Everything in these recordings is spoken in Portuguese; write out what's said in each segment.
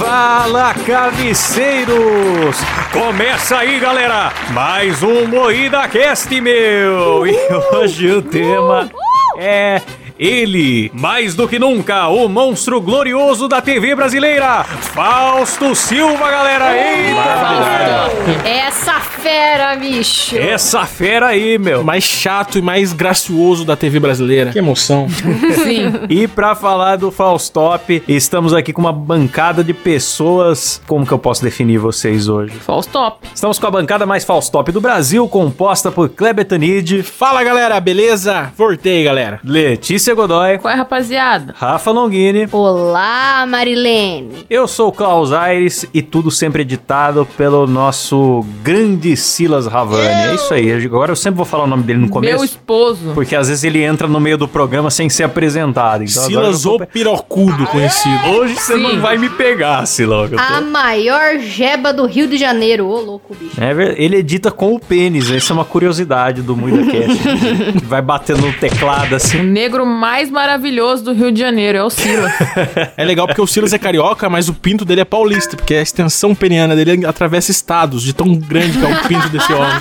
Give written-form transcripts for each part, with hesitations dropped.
Fala, carniceiros! Começa aí, galera! Mais um Moída Cast, meu! E hoje o tema é... ele, mais do que nunca, o monstro glorioso da TV brasileira, Fausto Silva, galera! Eita! Essa fera, bicho! Essa fera aí, meu! Mais chato e mais gracioso da TV brasileira. Que emoção. Sim. E pra falar do Faustop, estamos aqui com uma bancada de pessoas... Como que eu posso definir vocês hoje? Faustop. Estamos com a bancada mais Faustop do Brasil, composta por Kleber Tanid. Fala, galera, beleza? Voltei, galera. Letícia Godoy. Qual é, rapaziada? Rafa Longini. Olá, Marilene. Eu sou o Klaus Aires e tudo sempre editado pelo nosso grande Silas Havani. É isso aí. Agora eu sempre vou falar o nome dele no começo. Meu esposo. Porque às vezes ele entra no meio do programa sem ser apresentado. Então Silas o Pirocudo, conhecido. Hoje você não vai me pegar, Silas. A maior jeba do Rio de Janeiro. Ô, louco, bicho. Ele edita com o pênis. Essa é uma curiosidade do MuidaCast. Vai batendo no teclado assim. O negro mais maravilhoso do Rio de Janeiro é o Silas. É legal porque o Silas é carioca, mas o pinto dele é paulista, porque a extensão peniana dele atravessa estados, de tão grande que é o pinto desse homem.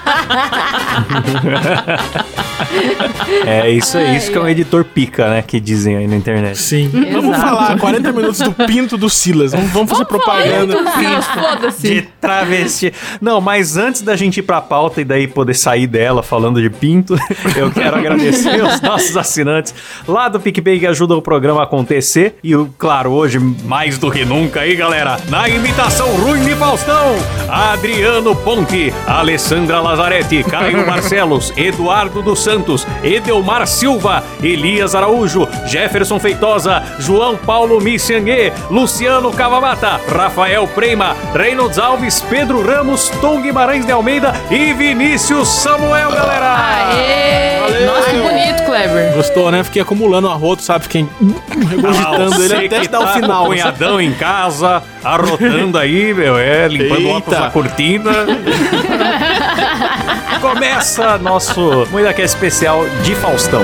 É isso aí, isso que é um editor pica, né? Que dizem aí na internet. Sim. Exato. Vamos falar 40 minutos do pinto do Silas. Vamos fazer propaganda. Silas, foda-se. De travesti. Não, mas antes da gente ir pra pauta e daí poder sair dela falando de pinto, eu quero agradecer os nossos assinantes lá do PicPay que ajudam o programa a acontecer. E, claro, hoje, mais do que nunca aí, galera, na imitação ruim de Faustão, Adriano Ponte, Alessandra Lazarete, Caio Barcelos, Eduardo dos Santos, Edelmar Silva, Elias Araújo, Jefferson Feitosa, João Paulo Missiangue, Luciano Cavamata, Rafael Prema, Reynolds Alves, Pedro Ramos, Tom Guimarães de Almeida e Vinícius Samuel, galera! Aê! Valeu! Nossa, que bonito, Kleber. Gostou, né? Fiquei acumulando arroto, sabe? Fiquei regurgitando ele até que dar o tá final. com o cunhadão em casa, arrotando aí, meu, limpando o óculos da cortina. Começa nosso MuidaCast especial de Faustão.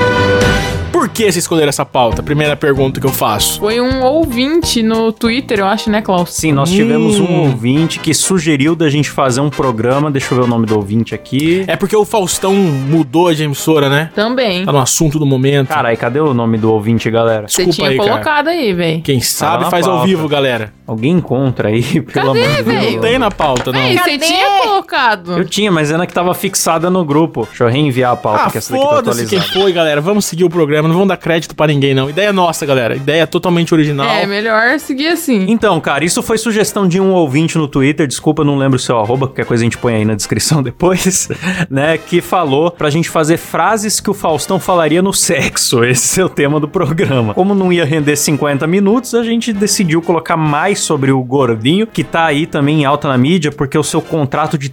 Por que você escolheu essa pauta? Primeira pergunta que eu faço. Foi um ouvinte no Twitter, eu acho, né, Klaus? Sim, nós tivemos um ouvinte que sugeriu da gente fazer um programa. Deixa eu ver o nome do ouvinte aqui. É porque o Faustão mudou de emissora, né? Também. Tá no assunto do momento. Carai, cadê o nome do ouvinte, galera? Você desculpa tinha aí, cara. colocado aí, velho. Quem sabe na faz ao pauta. vivo, galera. Alguém encontra aí, pelo Cadê, amor de Deus. velho? Não tem na pauta, não. Ei, você Cadê? tinha colocado. Eu tinha, mas era que tava fixada no grupo. Deixa eu reenviar a pauta, que essa daqui tá foda-se quem atualizada. foi, galera. Vamos seguir o programa. Não vamos dar crédito pra ninguém, não. Ideia nossa, galera. Ideia totalmente original. É, melhor seguir assim. Então, cara, isso foi sugestão de um ouvinte no Twitter, desculpa, eu não lembro o seu arroba, qualquer coisa a gente põe aí na descrição depois, né, que falou pra gente fazer frases que o Faustão falaria no sexo. Esse é o tema do programa. Como não ia render 50 minutos, a gente decidiu colocar mais sobre o Gordinho, que tá aí também em alta na mídia, porque o seu contrato de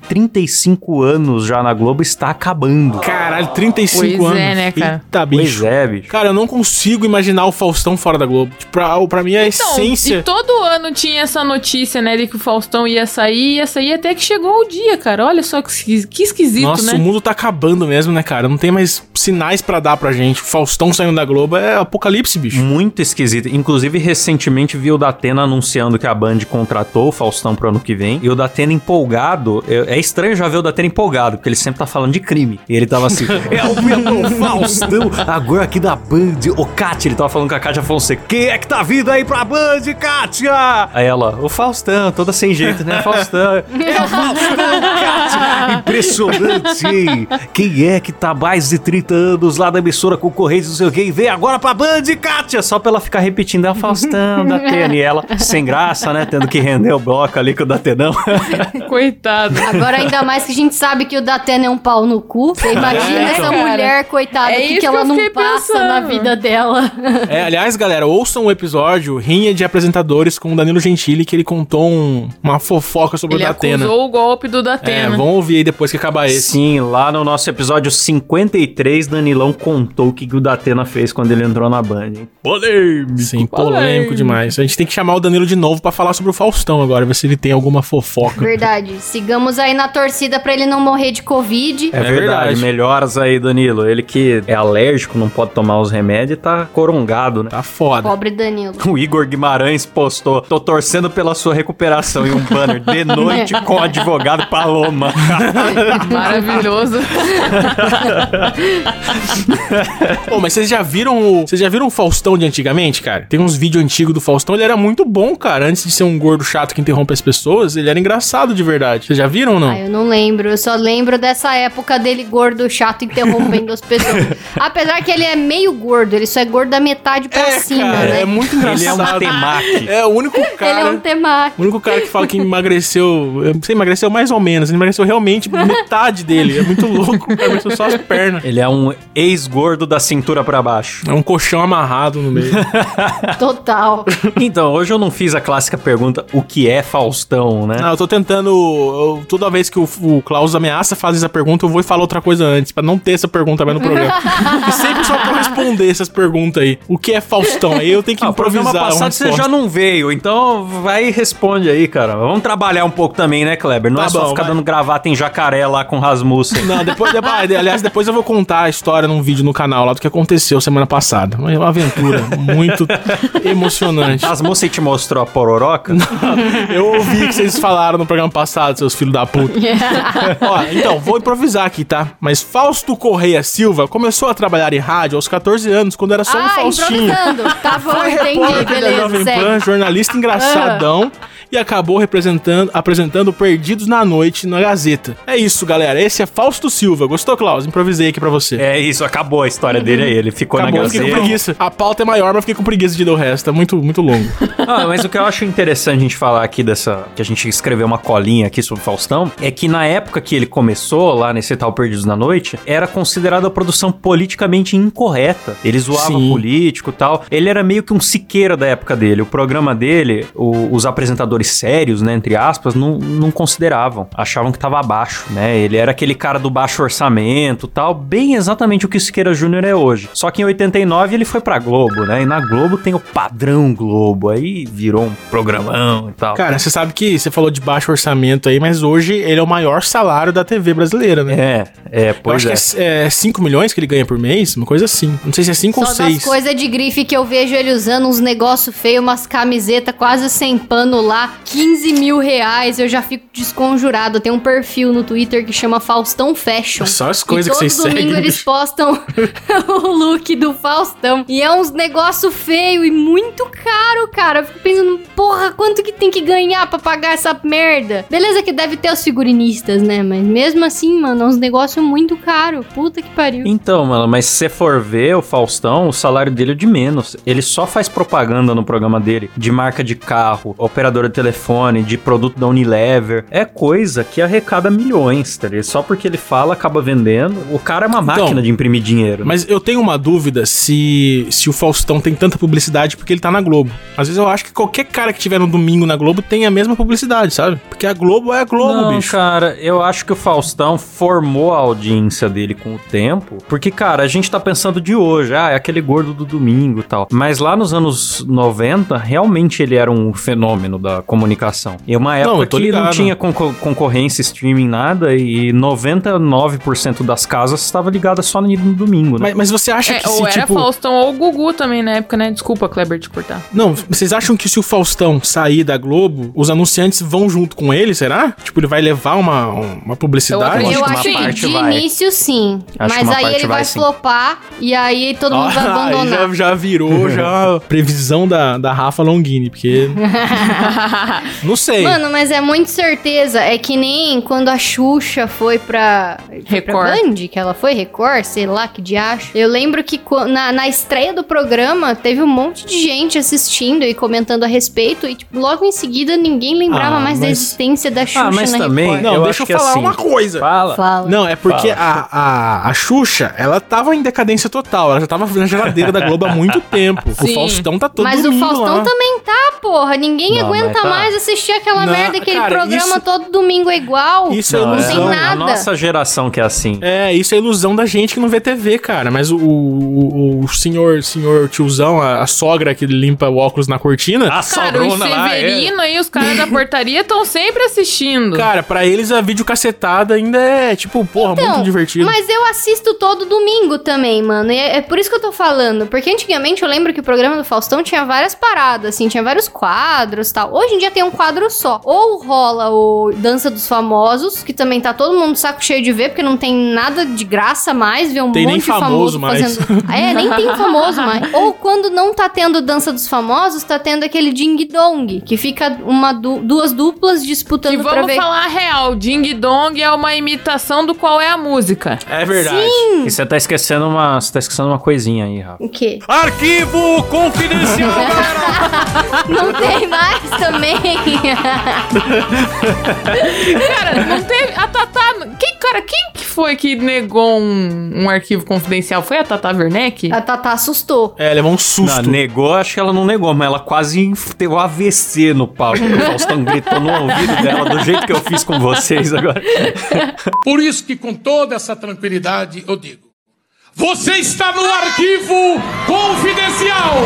35 anos já na Globo está acabando. Caralho, 35 Pois anos. é, né, cara? Eita, bicho. Pois é, bicho. Cara, eu não consigo imaginar o Faustão fora da Globo. Tipo, pra mim, a Então, essência... e todo ano tinha essa notícia, né, de que o Faustão ia sair até que chegou o dia, cara. Olha só que esquisito, Nossa, né? o mundo tá acabando mesmo, né, cara? Não tem mais sinais pra dar pra gente. O Faustão saindo da Globo é apocalipse, bicho. Muito esquisito. Inclusive, recentemente vi o Datena anunciando que a Band contratou o Faustão pro ano que vem. E o Datena empolgado. É estranho já ver o Datena empolgado, porque ele sempre tá falando de crime. E ele tava assim: é o meu Faustão, agora aqui da Band. Ô, Kátia, ele tava falando com a Kátia Fonseca: quem é que tá vindo aí pra Band, Kátia? Aí ela: o Faustão, toda sem jeito, né? Faustão. É o Faustão, Kátia. Impressionante, hein? Quem é que tá mais de 30 anos lá da emissora concorrente, não sei o quê, e vem agora pra Band, Kátia? Só pra ela ficar repetindo: é o Faustão, Datena. E ela, sem graça, né? Tendo que render o bloco ali com o Datenão. Coitado. Agora, ainda mais que a gente sabe que o Datena é um pau no cu. Você imagina essa cara. mulher, coitada, É o que, isso que ela que eu não fiquei passa pensando. na vida dela. É, aliás, galera, ouçam o episódio Rinha de Apresentadores com o Danilo Gentili, que ele contou uma fofoca sobre Ele o Datena. acusou o golpe do É, Datena. vão ouvir aí depois que acabar esse. Sim, lá no nosso episódio 53, Danilão contou o que o Datena fez quando ele entrou na Band. Hein? Polêmico. Sim, polêmico demais. A gente tem que chamar o Danilo de novo novo pra falar sobre o Faustão agora, ver se ele tem alguma fofoca. Verdade. Sigamos aí na torcida pra ele não morrer de Covid. É verdade. Melhoras aí, Danilo. Ele que é alérgico, não pode tomar os remédios, tá corongado, né? Tá foda. Pobre Danilo. O Igor Guimarães postou: tô torcendo pela sua recuperação, e um banner de noite com o advogado Paloma. Maravilhoso. Pô, mas vocês já viram o Faustão de antigamente, cara? Tem uns vídeos antigos do Faustão, ele era muito bom, cara. Antes de ser um gordo chato que interrompe as pessoas, ele era engraçado de verdade. Vocês já viram ou não? Ah, eu não lembro. Eu só lembro dessa época dele gordo, chato, interrompendo as pessoas. Apesar que ele é meio gordo, ele só é gordo da metade pra cima, cara, né? é muito engraçado. Ele é um temaki. É o único cara... Ele é um temaki. O único cara que fala que emagreceu... Eu não sei, emagreceu mais ou menos. Ele emagreceu realmente metade dele. É muito louco. O cara emagreceu só as pernas. Ele é um ex-gordo da cintura pra baixo. É um colchão amarrado no meio. Total. Então, hoje eu não fiz a clássica pergunta: o que é Faustão, né? Não, eu tô tentando... toda vez que o Klaus ameaça fazer essa pergunta, eu vou e falo outra coisa antes, pra não ter essa pergunta mais no programa. E sempre só pra responder essas perguntas aí. O que é Faustão? Aí eu tenho que O improvisar. programa passado você já não veio, então vai e responde aí, cara. Vamos trabalhar um pouco também, né, Kleber? Não Tá é só bom, ficar vai. dando gravata em Jacaré lá com Rasmussen. Não, aliás, depois eu vou contar a história num vídeo no canal lá do que aconteceu semana passada. É uma aventura muito emocionante. Rasmussen te mostrou a pororoca? Eu ouvi que vocês falaram no programa passado, seus filhos da puta. Ó, então, vou improvisar aqui, tá? Mas Fausto Correia Silva começou a trabalhar em rádio aos 14 anos, quando era só um Faustinho. Improvisando. Tá bom, Foi entendi. repórter da Beleza, Jovem segue. Pan, jornalista engraçadão, e acabou apresentando Perdidos na Noite na Gazeta. É isso, galera. Esse é Fausto Silva. Gostou, Klaus? Improvisei aqui pra você. É isso, acabou a história dele aí. Ele ficou Acabou, na eu fiquei Gazeta. com preguiça. A pauta é maior, mas fiquei com preguiça de ler o resto. É muito, muito longo. Mas o que eu acho interessante a gente falar aqui que a gente escreveu uma colinha aqui sobre o Faustão, é que na época que ele começou, lá nesse tal Perdidos na Noite, era considerada a produção politicamente incorreta. Ele zoava Sim. político e tal. Ele era meio que um Siqueira da época dele. O programa dele, os apresentadores sérios, né, entre aspas, não consideravam. Achavam que tava abaixo, né? Ele era aquele cara do baixo orçamento e tal, bem exatamente o que o Siqueira Júnior é hoje. Só que em 89 ele foi pra Globo, né? E na Globo tem o padrão Globo. Aí virou um programão e tal. Cara, você sabe que você falou de baixo orçamento aí, mas hoje ele é o maior salário da TV brasileira, né? Pois eu acho que é 5 milhões que ele ganha por mês, uma coisa assim. Não sei se é 5 ou Só 6. das coisas de grife que eu vejo ele usando uns negócios feios, umas camisetas quase sem pano lá, 15 mil reais, eu já fico desconjurado. Tem um perfil no Twitter que chama Faustão Fashion. Só as coisas e que vocês todo domingo seguem, eles bicho. postam o look do Faustão. E é uns negócio feio e muito caro, cara. Eu fico pensando, porra, quanto que tem que ganhar pra pagar essa merda? Beleza que deve ter os figurinistas, né? Mas mesmo assim, mano, é uns negócios muito caro. Puta que pariu. Então, mano, mas se você for ver o Faustão, o salário dele é de menos. Ele só faz propaganda no programa dele, de marca de carro, operadora de telefone, de produto da Unilever. É coisa que arrecada milhões, tá ligado? Só porque ele fala, acaba vendendo. O cara é uma máquina de imprimir dinheiro. Né? Mas eu tenho uma dúvida se o Faustão tem tanta publicidade porque ele tá na Globo. Às vezes eu acho que qualquer cara que tiver no domingo na Globo tem a mesma publicidade, sabe? Porque a Globo é a Globo, Não, bicho. cara, eu acho que o Faustão formou a audiência dele com o tempo, porque, cara, a gente tá pensando de hoje, é aquele gordo do domingo e tal. Mas lá nos anos 90, realmente ele era um fenômeno da comunicação. E uma época que não tinha concorrência, streaming, nada, e 99% das casas estava ligada só no domingo, né? Mas você acha que se, ou era tipo... Faustão ou Gugu também na época, né? Desculpa, Kleber, te cortar. Não, vocês acham que se o Faustão sair da Globo, os anunciantes vão junto com ele, será? Tipo, ele vai levar uma publicidade? Eu Eu acho acho que uma que parte de vai. início sim. Acho que Mas uma aí parte ele vai, vai sim. flopar e aí todo mundo vai abandonar. Aí já virou já a previsão da Rafa Longini, porque... Não sei. Mano, mas é muito certeza. É que nem quando a Xuxa foi pra Record. Band, que ela foi Record, sei lá que diacho. Eu lembro que na estreia do programa teve um monte de gente assistindo e comentando a respeito e tipo, logo em seguida ninguém lembrava mais da existência da Xuxa mas na também- Record. Não, eu deixa acho eu que falar assim- uma coisa. Fala. Fala. Não, é porque a Xuxa, ela tava em decadência total. Ela já tava na geladeira da Globo há muito tempo. O Sim. Faustão tá todo Mas o domingo Faustão lá. também tá, porra. Ninguém Não, aguenta mas tá. mais assistir aquela Não, merda, aquele cara, programa isso- todo domingo é igual. Isso é Não, ilusão. tem é a nada. nossa geração que é assim. É, isso é ilusão da gente que não vê TV, cara. Mas o senhor tiozão, a sogra que limpa o óculos na cortina, A cara, cara, o Severino aí, os caras da portaria estão sempre assistindo. Cara, pra eles a videocassetada ainda é, tipo, porra, Então, muito divertido. Mas eu assisto todo domingo também, mano. E é por isso que eu tô falando. Porque antigamente eu lembro que o programa do Faustão tinha várias paradas, assim, tinha vários quadros e tal. Hoje em dia tem um quadro só. Ou rola o Dança dos Famosos, que também tá todo mundo saco cheio de ver, porque não tem nada de graça mais, ver um Tem monte nem de famoso mais. fazendo. Nem tem famoso mais. Ou quando não tá tendo Dança dos Famosos, tá tendo aquele Ding Dong, que fica duas duplas disputando E pra vamos ver. falar a real, Ding Dong é uma imitação do Qual é a Música. É verdade. Sim! E você tá esquecendo uma coisinha aí, Rafa. O quê? Arquivo confidencial! Não tem mais também. Cara, não teve... A Tatá... Quem que foi que negou um arquivo confidencial? Foi a Tatá Werneck? A Tatá assustou. Levou um susto. Não, negou, acho que ela não negou, mas ela quase teve um AVC no palco. O Faustão gritou no ouvido dela do jeito que eu fiz com vocês agora. Por isso que com toda essa tranquilidade eu digo: você está no arquivo confidencial.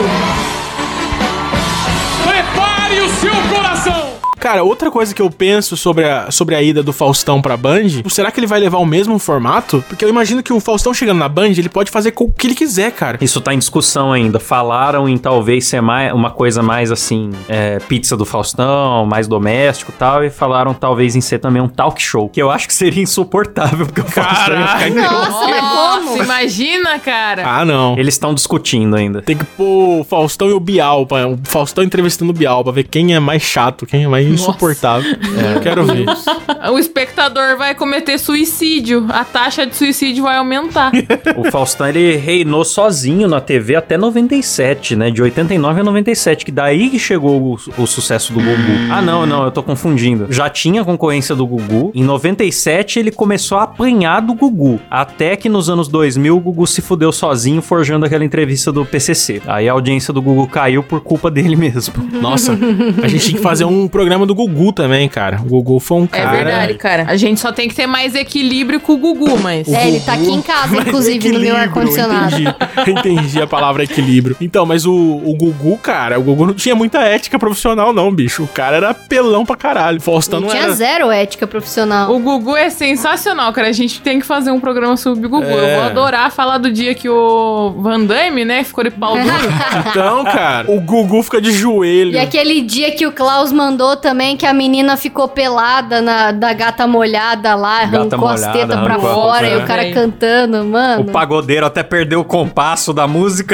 Prepare o seu coração. Cara, outra coisa que eu penso sobre a ida do Faustão pra Band, será que ele vai levar o mesmo formato? Porque eu imagino que o Faustão chegando na Band, ele pode fazer o que ele quiser, cara. Isso tá em discussão ainda. Falaram em talvez ser uma coisa mais assim, pizza do Faustão, mais doméstico e tal, e falaram talvez em ser também um talk show, que eu acho que seria insuportável, porque o Faustão ia ficar Nossa, mas como? Imagina, cara. Ah, não. Eles estão discutindo ainda. Tem que pôr o Faustão e o Bial, o Faustão entrevistando o Bial, pra ver quem é mais chato, quem é mais insuportável. Quero ver. O espectador vai cometer suicídio. A taxa de suicídio vai aumentar. O Faustão, ele reinou sozinho na TV até 97, né? De 89 a 97, que daí que chegou o sucesso do Gugu. Ah, não, eu tô confundindo. Já tinha concorrência do Gugu. Em 97, ele começou a apanhar do Gugu. Até que nos anos 2000, o Gugu se fudeu sozinho, forjando aquela entrevista do PCC. Aí a audiência do Gugu caiu por culpa dele mesmo. Nossa, a gente tinha que fazer um programa do Gugu também, cara. O Gugu foi um cara... É verdade, cara. A gente só tem que ter mais equilíbrio com o Gugu, mas... Ele tá aqui em casa, inclusive, no meu ar-condicionado. Entendi a palavra equilíbrio. Então, mas o Gugu, cara, o Gugu não tinha muita ética profissional, não, bicho. O cara era pelão pra caralho. Faustão não tinha era... zero ética profissional. O Gugu é sensacional, cara. A gente tem que fazer um programa sobre o Gugu. Eu vou adorar falar do dia que o Van Damme, né, ficou de pau duro. Então, cara, o Gugu fica de joelho. E aquele dia que o Klaus mandou também, que a menina ficou pelada da gata molhada lá, arrancou as tetas pra fora e o cara cantando, mano. O pagodeiro até perdeu o compasso da música.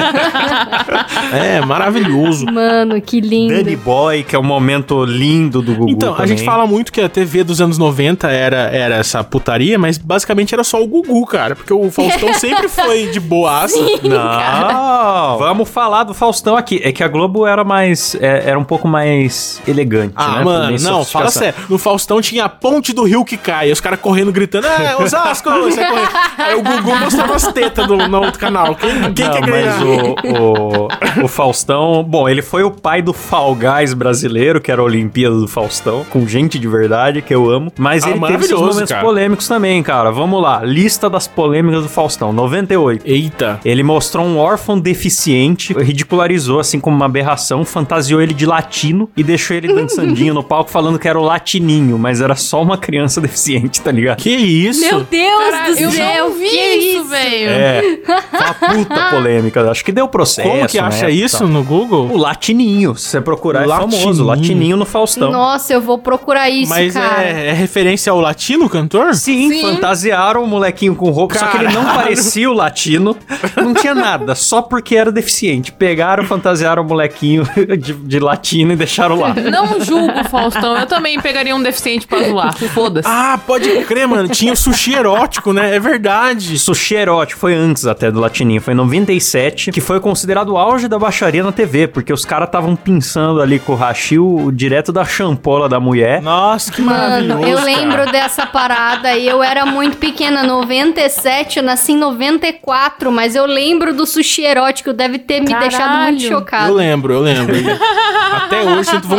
Maravilhoso. Mano, que lindo. Danny Boy, que é um momento lindo do Gugu. Então, também. a gente fala muito que a TV dos anos 90 era essa putaria, mas basicamente era só o Gugu, cara. Porque o Faustão sempre foi de boaça. Não, vamos falar do Faustão aqui. É que a Globo era um pouco mais elegante, né? Ah, mano, não, fala sério. No Faustão tinha a ponte do rio que cai, e os caras correndo, gritando, Osasco, você correndo. Aí o Gugu mostrava as tetas no outro canal. Quem quer ganhar? Mas o Faustão, bom, ele foi o pai do Fall Guys brasileiro, que era a Olimpíada do Faustão, com gente de verdade, que eu amo. Mas ele teve seus momentos polêmicos também, cara. Vamos lá, lista das polêmicas do Faustão, 98. Eita. Ele mostrou um órfão deficiente, ridicularizou assim como uma aberração, fantasiou ele de latino e deixou ele dançandinho no palco falando que era o latininho, mas era só uma criança deficiente, tá ligado? Que isso? Meu Deus Cara, do céu, eu não vi isso, velho. Uma puta polêmica. Acho que deu processo. Como que acha isso no Google? O latininho, se você procurar, é famoso. Latininho no Faustão. Nossa, eu vou procurar isso, mas cara. É referência ao latino cantor? Sim, fantasiaram o molequinho com roupa, só que ele não parecia o latino, não tinha nada, só porque era deficiente. Pegaram, fantasiaram o molequinho de latino e deixaram lá. Não julgo, Faustão. Eu também pegaria um deficiente pra zoar. Foda-se. Ah, pode crer, mano. Tinha o sushi erótico, né? É verdade. Sushi erótico foi antes até do latininho. Foi em 97, que foi considerado o auge da baixaria na TV, porque os caras estavam pinçando ali com o rachio direto da champola da mulher. Nossa, que maravilhoso, Mano, eu lembro dessa parada e eu era muito pequena, 97, eu nasci em 94, mas eu lembro do sushi erótico, deve ter me deixado muito chocado. Eu lembro. Até hoje sinto vontade.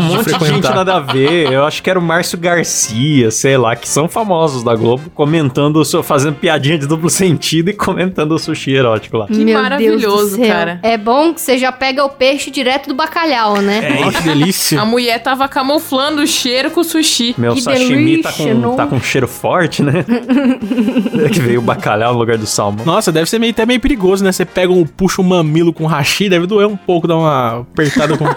um monte de gente nada a ver. Eu acho que era o Márcio Garcia, sei lá, que são famosos da Globo, comentando, fazendo piadinha de duplo sentido e comentando o sushi erótico lá. Que maravilhoso, cara. É bom que você já pega o peixe direto do bacalhau, né? Que delícia. A mulher tava camuflando o cheiro com o sushi. Meu que sashimi delícia, tá com cheiro forte, né? Que veio o bacalhau no lugar do salmão. Nossa, deve ser até meio perigoso, né? Você puxa um mamilo com hashi, deve doer um pouco, dar uma apertada com...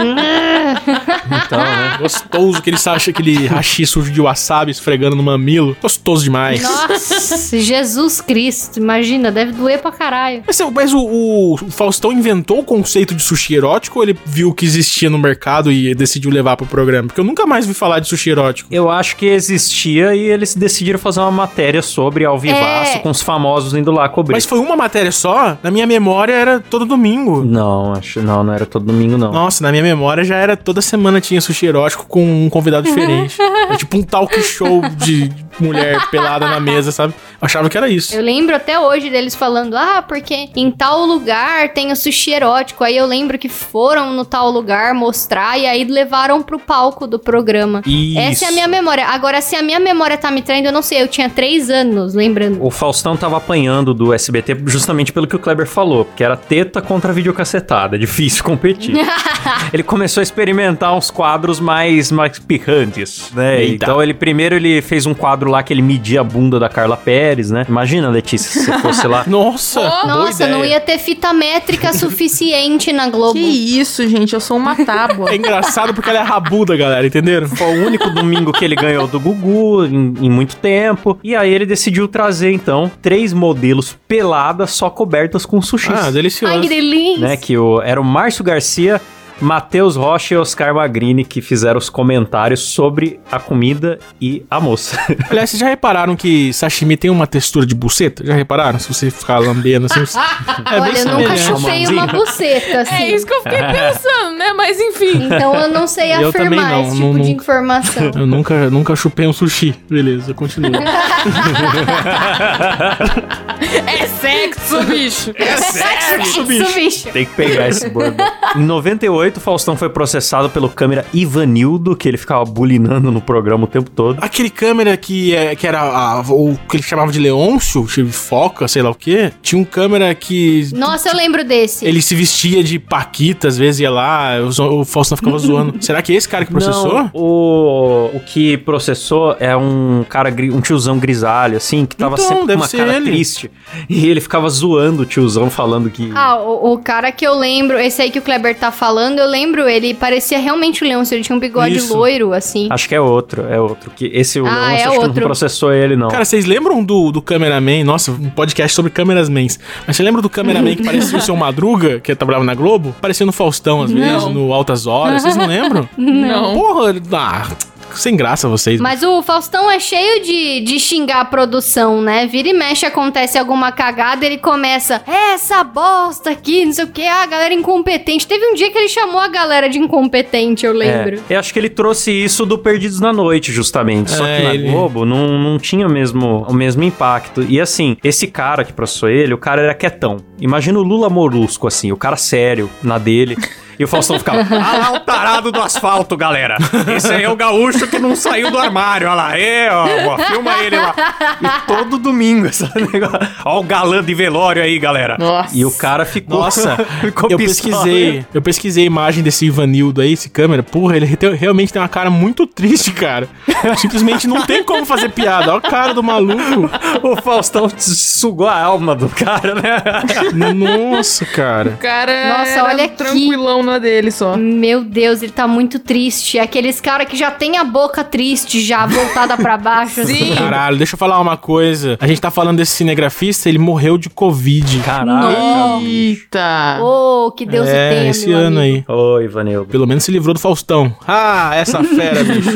Então, né? Gostoso que ele acha aquele hashi sujo de wasabi esfregando no mamilo. Gostoso demais. Nossa, Jesus Cristo. Imagina, deve doer pra caralho. Mas o Faustão inventou o conceito de sushi erótico ou ele viu que existia no mercado e decidiu levar pro programa? Porque eu nunca mais vi falar de sushi erótico. Eu acho que existia e eles decidiram fazer uma matéria sobre ao vivaço com os famosos indo lá cobrir. Mas foi uma matéria só? Na minha memória era todo domingo. Não, não era todo domingo, não. Nossa, na minha memória já era toda semana tinha sushi erótico com um convidado diferente. É tipo um talk show de mulher pelada na mesa, sabe? Eu achava que era isso. Eu lembro até hoje deles falando, porque em tal lugar tem o sushi erótico. Aí eu lembro que foram no tal lugar mostrar e aí levaram pro palco do programa. Isso. Essa é a minha memória. Agora, se a minha memória tá me traindo, eu não sei. Eu tinha 3 anos, lembrando. O Faustão tava apanhando do SBT justamente pelo que o Kleber falou, porque era teta contra videocassetada, é difícil competir. Ele começou a experimentar uns quadros mais picantes, né? Eita. Então ele fez um quadro lá que ele media a bunda da Carla Pérez, né? Imagina, Letícia, se você fosse lá. Nossa, boa Nossa, ideia. não ia ter fita métrica suficiente na Globo. Que isso, gente, eu sou uma tábua. É engraçado porque ela é rabuda, galera, entenderam? Foi o único domingo que ele ganhou do Gugu em muito tempo. E aí ele decidiu trazer, então, 3 modelos peladas só cobertas com sushi. Delicioso. Ai, que delícia. Né, era o Márcio Garcia, Matheus Rocha e Oscar Magrini que fizeram os comentários sobre a comida e a moça. Aliás, vocês já repararam que sashimi tem uma textura de buceta? Já repararam? Se você ficar lambendo assim... Olha, eu nunca chupei uma buceta, assim. É isso que eu fiquei pensando, né? Mas enfim. Então eu não sei Eu também afirmar não, esse tipo de informação. Eu nunca chupei um sushi. Beleza, continua. É sexo, bicho. É sexo, bicho. Tem que pegar esse bordo. Em 98, o Faustão foi processado pelo câmera Ivanildo, que ele ficava bulinando no programa o tempo todo. Aquele câmera que era o que ele chamava de Leôncio, foca, sei lá o quê. Tinha um câmera que... Nossa, eu lembro desse. Ele se vestia de paquita, às vezes ia lá, o Faustão ficava zoando. Será que é esse cara que processou? Não, o que processou é um cara, um tiozão grisalho, assim, que tava Então, sempre com deve uma ser cara ele. triste. E ele ficava zoando o tiozão, falando que... O cara que eu lembro, esse aí que o Kleber tá falando, eu lembro, ele parecia realmente o Leôncio, ele tinha um bigode Isso. loiro, assim. Acho que é outro. Que esse o Leôncio é acho que não outro. processou ele, não. Cara, vocês lembram do cameraman? Nossa, um podcast sobre cameramans. Mas você lembra do cameraman que parecia o Seu Madruga, que trabalhava na Globo? Parecia no Faustão, às vezes, no Altas Horas. Vocês não lembram? Não. Porra, sem graça vocês. Mas o Faustão é cheio de xingar a produção, né? Vira e mexe, acontece alguma cagada, ele começa, essa bosta aqui, não sei o que, a galera incompetente. Teve um dia que ele chamou a galera de incompetente, eu lembro. Eu acho que ele trouxe isso do Perdidos na Noite, justamente. Só que na Globo não tinha o mesmo impacto. E assim, esse cara que processou ele, o cara era quietão. Imagina o Lula Molusco, assim, o cara sério na dele. E o Faustão ficava, lá o tarado do asfalto, galera. Esse aí é o gaúcho que não saiu do armário, olha lá. Ó, filma ele lá. E todo domingo, esse negócio. Ó o galã de velório aí, galera. Nossa. E o cara ficou... Nossa, ficou eu pistola. pesquisei a imagem desse Ivanildo aí, esse câmera. Porra, ele realmente tem uma cara muito triste, cara. Simplesmente não tem como fazer piada. Olha a cara do maluco. O Faustão sugou a alma do cara, né? Nossa, cara. O cara Nossa, era olha aqui. tranquilão na dele só. Meu Deus, ele tá muito triste. Aqueles caras que já tem a boca triste, já voltada pra baixo. Sim. Assim. Caralho, deixa eu falar uma coisa. A gente tá falando desse cinegrafista, ele morreu de Covid. Caraca. Eita. Oh, que Deus o tenha, esse meu ano amigo. aí. Oi, Ivanildo. Pelo menos se livrou do Faustão. Ah, essa fera, bicho.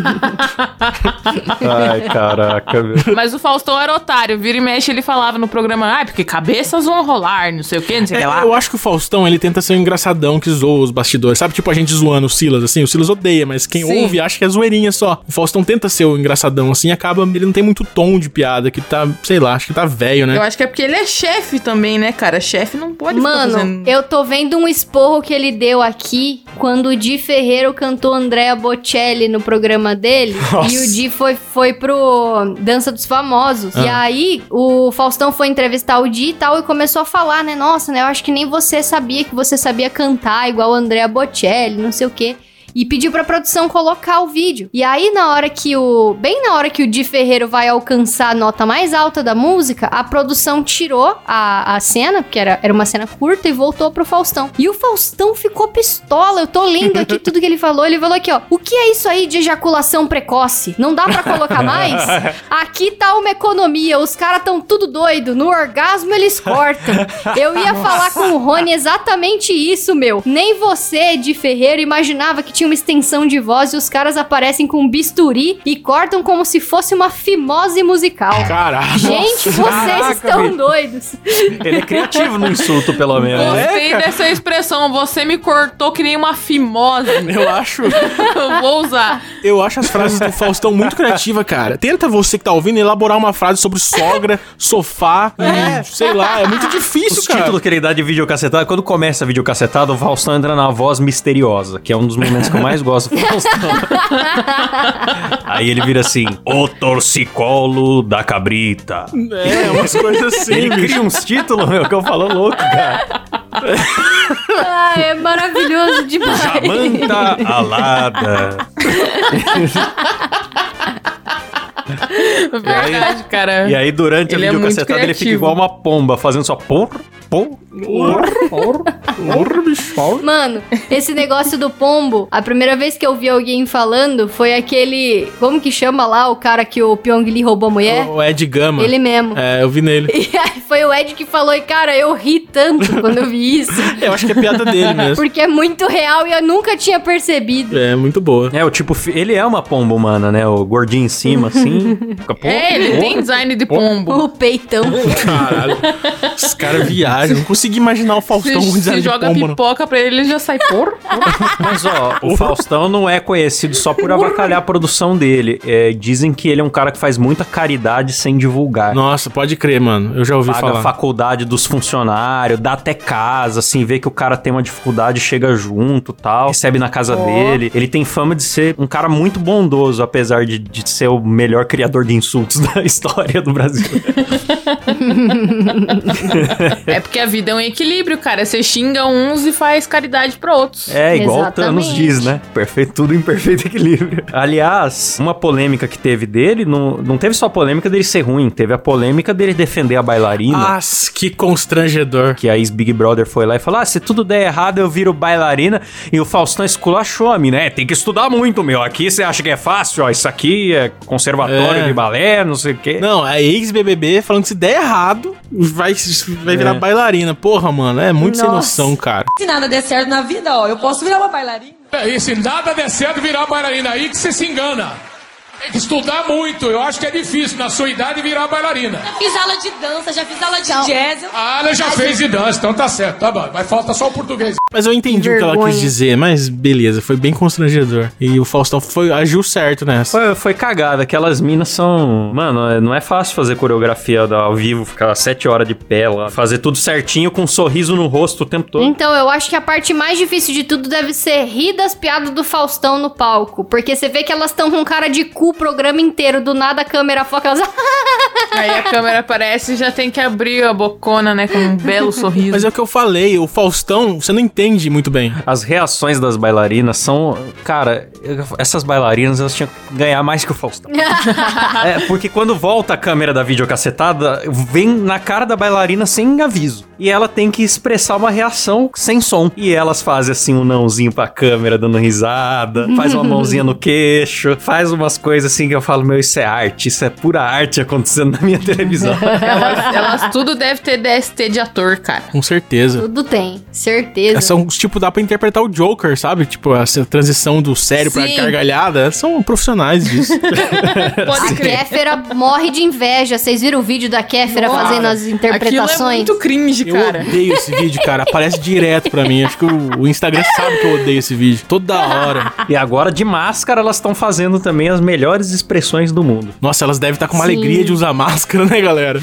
Ai, caraca, meu. Mas o Faustão era otário. Vira e mexe, ele falava no programa, porque cabeças vão rolar, não sei o que, não sei o que lá. Eu acho que o Faustão, ele tenta ser um engraçadão que zoa os bastidores. Sabe, tipo a gente zoando o Silas, assim? O Silas odeia, mas quem ouve acha que é zoeirinha só. O Faustão tenta ser o engraçadão, assim, acaba... Ele não tem muito tom de piada, que tá, sei lá, acho que tá velho, né? Eu acho que é porque ele é chefe também, né, cara? Chefe não pode ficar fazendo... eu tô vendo um esporro que ele deu aqui quando o Di Ferreiro cantou Andrea Bocelli no programa dele. Nossa. E o Di foi pro Dança dos Famosos. E aí, o Faustão foi entrevistar o Di e tal, e começou a falar, né? Nossa, né? Eu acho que nem você sabia que você sabia cantar igual a Andrea Bocelli, não sei o quê. E pediu pra produção colocar o vídeo. E aí, bem na hora que o Di Ferreiro vai alcançar a nota mais alta da música, a produção tirou a cena, porque era uma cena curta, e voltou pro Faustão. E o Faustão ficou pistola. Eu tô lendo aqui tudo que ele falou. Ele falou aqui, ó: o que é isso aí de ejaculação precoce? Não dá pra colocar mais? Aqui tá uma economia. Os caras tão tudo doido. No orgasmo eles cortam. Eu ia falar com o Rony exatamente isso, meu. Nem você, Di Ferreiro, imaginava que tinha uma extensão de voz e os caras aparecem com um bisturi e cortam como se fosse uma fimose musical. Caralho. Gente, vocês estão doidos. Ele é criativo no insulto, pelo menos. Gostei dessa expressão. Você me cortou que nem uma fimose. Eu acho... Eu vou usar. Eu acho as frases do Faustão muito criativas, cara. Tenta você que tá ouvindo elaborar uma frase sobre sogra, sofá, sei lá. É muito difícil, Os cara. títulos que ele dá de videocassetado, quando começa a videocassetada, o Faustão entra na voz misteriosa, que é um dos momentos que eu mais gosto do Faustão. Aí ele vira assim: o torcicolo da cabrita. É, umas coisas assim. Ele cria uns títulos, meu, que eu falo louco, cara. É maravilhoso demais. Jamanta alada. Verdade, cara. E aí, durante Ele a é muito videocassetada, ele fica criativo. igual uma pomba, fazendo só Mano, esse negócio do pombo, a primeira vez que eu vi alguém falando foi aquele... Como que chama lá o cara que o Pyong Lee roubou a mulher? O Ed Gama. Ele mesmo. É, eu vi nele. E aí foi o Ed que falou, e cara, eu ri tanto quando eu vi isso. Eu acho que é piada dele mesmo. Porque é muito real e eu nunca tinha percebido. É, muito boa. É, o tipo, ele é uma pomba humana, né? O gordinho em cima, assim. Fica, Ele tem design de pombo. O peitão. Caralho. Os caras viajam. Não consegui imaginar o Faustão com Se design de joga pomba, não. pipoca pra ele, ele já sai por. Mas, ó, o Faustão não é conhecido só por avacalhar a produção dele. Dizem que ele é um cara que faz muita caridade sem divulgar. Nossa, pode crer, mano. Eu já ouvi Paga falar. a faculdade dos funcionários, dá até casa, assim, vê que o cara tem uma dificuldade, chega junto, tal, recebe na casa dele. Ele tem fama de ser um cara muito bondoso, apesar de ser o melhor criador de insultos da história do Brasil. É porque a vida é um equilíbrio, cara. Você xinga uns e faz caridade pra outros. É, igual Exatamente. o Thanos diz, né? Perfeito, tudo em perfeito equilíbrio. Aliás, uma polêmica que teve dele, não teve só a polêmica dele ser ruim, teve a polêmica dele defender a bailarina. Ah, que constrangedor. Que a ex-Big Brother foi lá e falou: se tudo der errado, eu viro bailarina. E o Faustão esculachou a mina, né? Tem que estudar muito, meu. Aqui você acha que é fácil, ó. Isso aqui é conservatório de balé, não sei o quê. Não, a ex-BBB falando que se der errado, vai virar bailarina. Porra, mano, é muito sem Nossa. noção, cara. Se nada der certo na vida, ó, eu posso virar uma bailarina. E se nada der certo, virar bailarina aí que você se engana. Tem que estudar muito. Eu acho que é difícil, na sua idade, virar bailarina. Já fiz aula de dança, já fiz aula de jazz. A Ana já fez de dança, então tá certo, tá bom. Mas falta só o português. Mas eu entendi o que ela vergonha. quis dizer, mas beleza, foi bem constrangedor. E o Faustão agiu certo nessa. Foi cagada. Aquelas minas são... Mano, não é fácil fazer coreografia ao vivo, ficar 7 horas de pé lá, fazer tudo certinho com um sorriso no rosto o tempo todo. Então, eu acho que a parte mais difícil de tudo deve ser rir das piadas do Faustão no palco. Porque você vê que elas estão com cara de cu o programa inteiro. Do nada a câmera foca, elas... Aí a câmera aparece e já tem que abrir a bocona, né? Com um belo sorriso. Mas é o que eu falei, o Faustão, você não entende muito bem. As reações das bailarinas são... Cara, essas bailarinas, elas tinham que ganhar mais que o Faustão. Porque quando volta a câmera da videocassetada, vem na cara da bailarina sem aviso. E ela tem que expressar uma reação sem som. E elas fazem assim um nãozinho pra câmera, dando risada, faz uma mãozinha no queixo, faz umas coisas coisa assim que eu falo, meu, isso é arte, isso é pura arte acontecendo na minha televisão. Elas tudo deve ter DST de ator, cara. Com certeza. Tudo tem, certeza. São, tipo, dá pra interpretar o Joker, sabe? Tipo, essa transição do sério pra Sim. gargalhada. São profissionais disso. Pode A crer. Kéfera morre de inveja. Vocês viram o vídeo da Kéfera Nossa, fazendo as Aquilo interpretações? é muito cringe, Eu cara. odeio esse vídeo, cara. Aparece direto pra mim. Acho que o Instagram sabe que eu odeio esse vídeo. Toda hora. E agora, de máscara, elas estão fazendo também as melhores expressões do mundo. Nossa, elas devem estar com uma Sim. alegria de usar máscara, né, galera?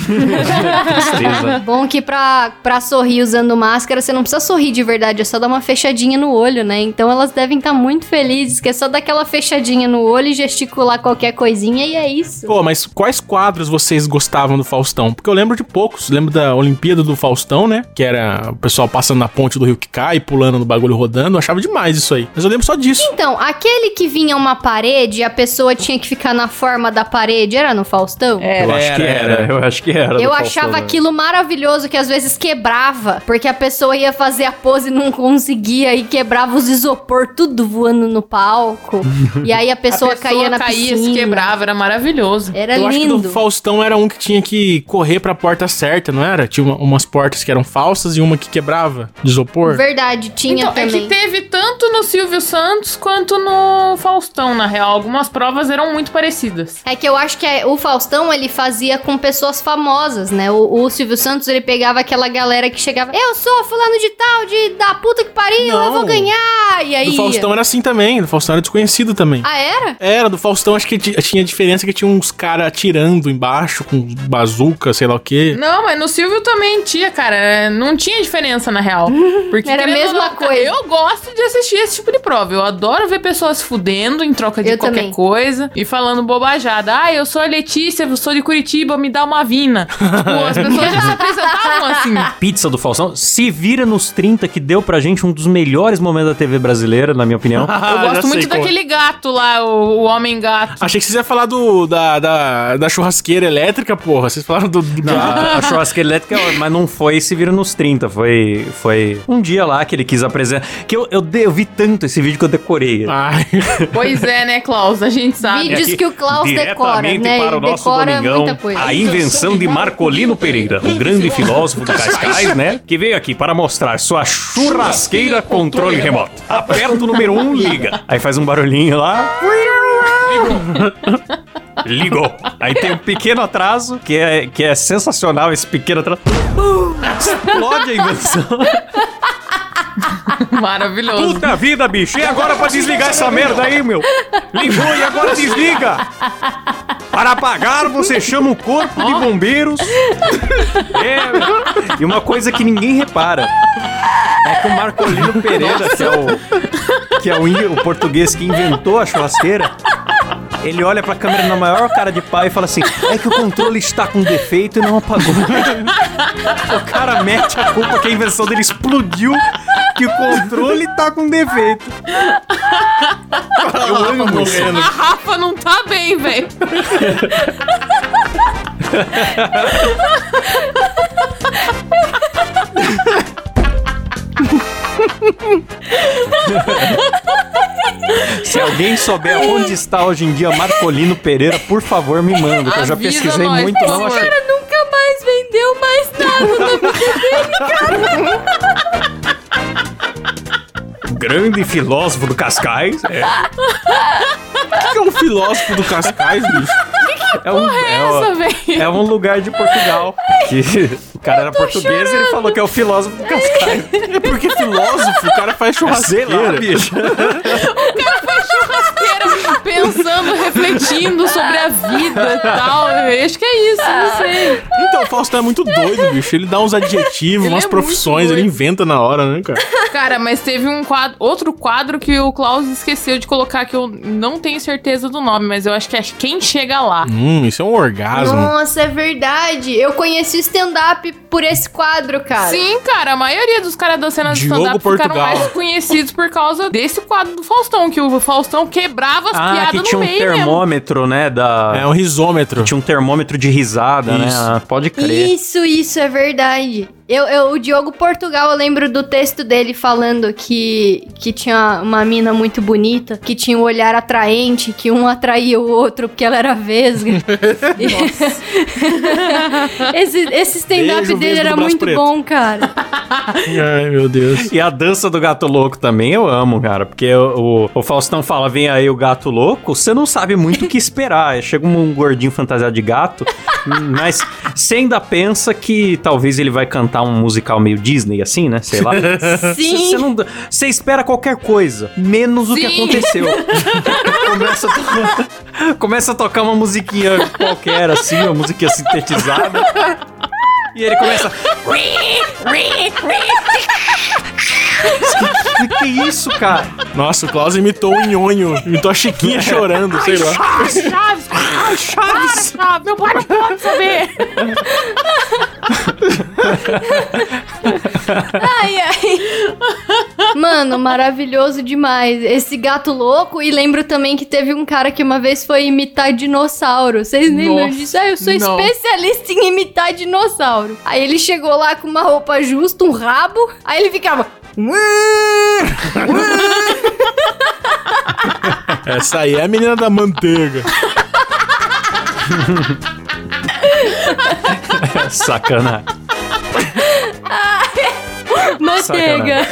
Tristeza. Bom que pra sorrir usando máscara, você não precisa sorrir de verdade, é só dar uma fechadinha no olho, né? Então elas devem estar muito felizes, que é só dar aquela fechadinha no olho e gesticular qualquer coisinha e é isso. Pô, mas quais quadros vocês gostavam do Faustão? Porque eu lembro de poucos. Lembro da Olimpíada do Faustão, né? Que era o pessoal passando na ponte do rio que cai, pulando no bagulho rodando. Eu achava demais isso aí. Mas eu lembro só disso. Então, aquele que vinha uma parede e a pessoa tinha que ficar na forma da parede, era no Faustão? Eu acho que era. Eu acho que era. Eu do achava Faustão, aquilo maravilhoso, que às vezes quebrava, porque a pessoa ia fazer a pose e não conseguia, e quebrava os isopor tudo voando no palco, e aí a pessoa, caía na piscina. se quebrava, era maravilhoso. Era Eu acho que lindo. do Faustão era um que tinha que correr pra porta certa, não era? Tinha umas portas que eram falsas e uma que quebrava de isopor. Verdade, tinha Então, é também. que teve tanto no Silvio Santos quanto no Faustão, na real. Algumas provas eram muito parecidas. É que eu acho que o Faustão, ele fazia com pessoas famosas, né? O Silvio Santos, ele pegava aquela galera que chegava, eu sou fulano de tal, da puta que pariu, Não. eu vou ganhar, e aí... Do Faustão era assim também. Do Faustão era desconhecido também. Ah, era? Era, do Faustão acho que tinha diferença que tinha uns caras atirando embaixo com bazuca, sei lá o quê. Não, mas no Silvio também tinha, cara. Não tinha diferença, na real. Porque Era a querendo ou mesma não, coisa. Eu gosto de assistir esse tipo de prova. Eu adoro ver pessoas fudendo em troca de Eu qualquer também. coisa e falando bobajada. Ah, eu sou a Letícia, eu sou de Curitiba, me dá uma vina. Tipo, as pessoas já se apresentavam assim. Pizza do Faustão, se vira nos 30, que deu pra gente um dos melhores momentos da TV brasileira, na minha opinião. Eu já gosto muito sei qual. daquele gato lá, o homem gato. Achei que vocês iam falar da churrasqueira elétrica, porra. Vocês falaram do A churrasqueira elétrica, mas não foi se vira nos 30, foi um dia lá que ele quis apresentar, que eu vi tanto esse vídeo que eu decorei. Ai. Pois é, né, Klaus? A gente sabe. Vídeos que o Klaus decora, né? Para o Ele nosso decora Domingão, muita coisa. a invenção de Marcolino Pereira, o grande filósofo do Cascais, né? Que veio aqui para mostrar sua churrasqueira controle remoto. Aperta o número 1, liga. Aí faz um barulhinho lá. Ligou. Aí tem um pequeno atraso, que é sensacional esse pequeno atraso. Explode a invenção. Maravilhoso. Puta vida, bicho. E agora pra desligar essa merda aí, meu? Ligou e agora desliga. Para apagar, você chama o corpo de bombeiros. E uma coisa que ninguém repara é que o Marcolino Pereira, que é o português que inventou a churrasqueira, ele olha pra câmera na maior cara de pau e fala assim, é que o controle está com defeito e não apagou. O cara mete a culpa que a invenção dele explodiu, que o controle tá com defeito. Eu amo isso. A Rafa não tá bem, velho. Se alguém souber onde está hoje em dia Marcolino Pereira, por favor, me manda, que eu já Avisa pesquisei nós, muito, por não favor. achei. Nunca mais vendeu mais nada na vida dele, cara. Grande filósofo do Cascais. O que é um filósofo do Cascais, bicho? É um lugar de Portugal. Que o cara era português e ele falou que é o filósofo do Cascais. É porque filósofo, o cara faz Sei churrasqueira. lá, bicho. Churrasqueira pensando, refletindo sobre a vida e tal. Eu acho que é isso, não sei. Então, o Faustão é muito doido, bicho. Ele dá uns adjetivos, Ele umas é profissões, muito ele doido. inventa na hora, né, cara? Cara, mas teve outro quadro que o Klaus esqueceu de colocar, que eu não tenho certeza do nome, mas eu acho que é Quem Chega Lá. Isso é um orgasmo. Nossa, é verdade. Eu conheci o stand-up por esse quadro, cara. Sim, cara, a maioria dos caras da cena de Diogo stand-up ficaram Portugal. mais conhecidos por causa desse quadro do Faustão, que o Faustão quebrava as Ah, piadas que no tinha um meio mesmo. termômetro, né? É um risômetro. Tinha um termômetro de risada, né? Isso. Ah, pode crer. Isso é verdade. O Diogo Portugal, eu lembro do texto dele falando que tinha uma mina muito bonita, que tinha um olhar atraente, que um atraía o outro porque ela era vesga. Esse stand-up dele era muito bom, cara. Ai, meu Deus. E a dança do gato louco também eu amo, cara, porque o Faustão fala, vem aí o gato louco, você não sabe muito o que esperar. Chega um gordinho fantasiado de gato, mas você ainda pensa que talvez ele vai cantar um musical meio Disney, assim, né? Sei lá. Sim. Você espera qualquer coisa, menos o que aconteceu. Começa a tocar uma musiquinha qualquer, assim, uma musiquinha sintetizada. E ele começa... Que isso, cara? Nossa, o Klaus imitou o Nhonho. Imitou a Chiquinha chorando, sei lá. Chaves! Ai, Chaves! Meu pai não pode saber! Ai. Mano, maravilhoso demais. Esse gato louco. E lembro também que teve um cara que uma vez foi imitar dinossauro. Vocês lembram disso? Eu sou especialista em imitar dinossauro. Aí ele chegou lá com uma roupa justa, um rabo. Aí ele ficava... Essa aí é a menina da manteiga. Sacanagem. Manteiga.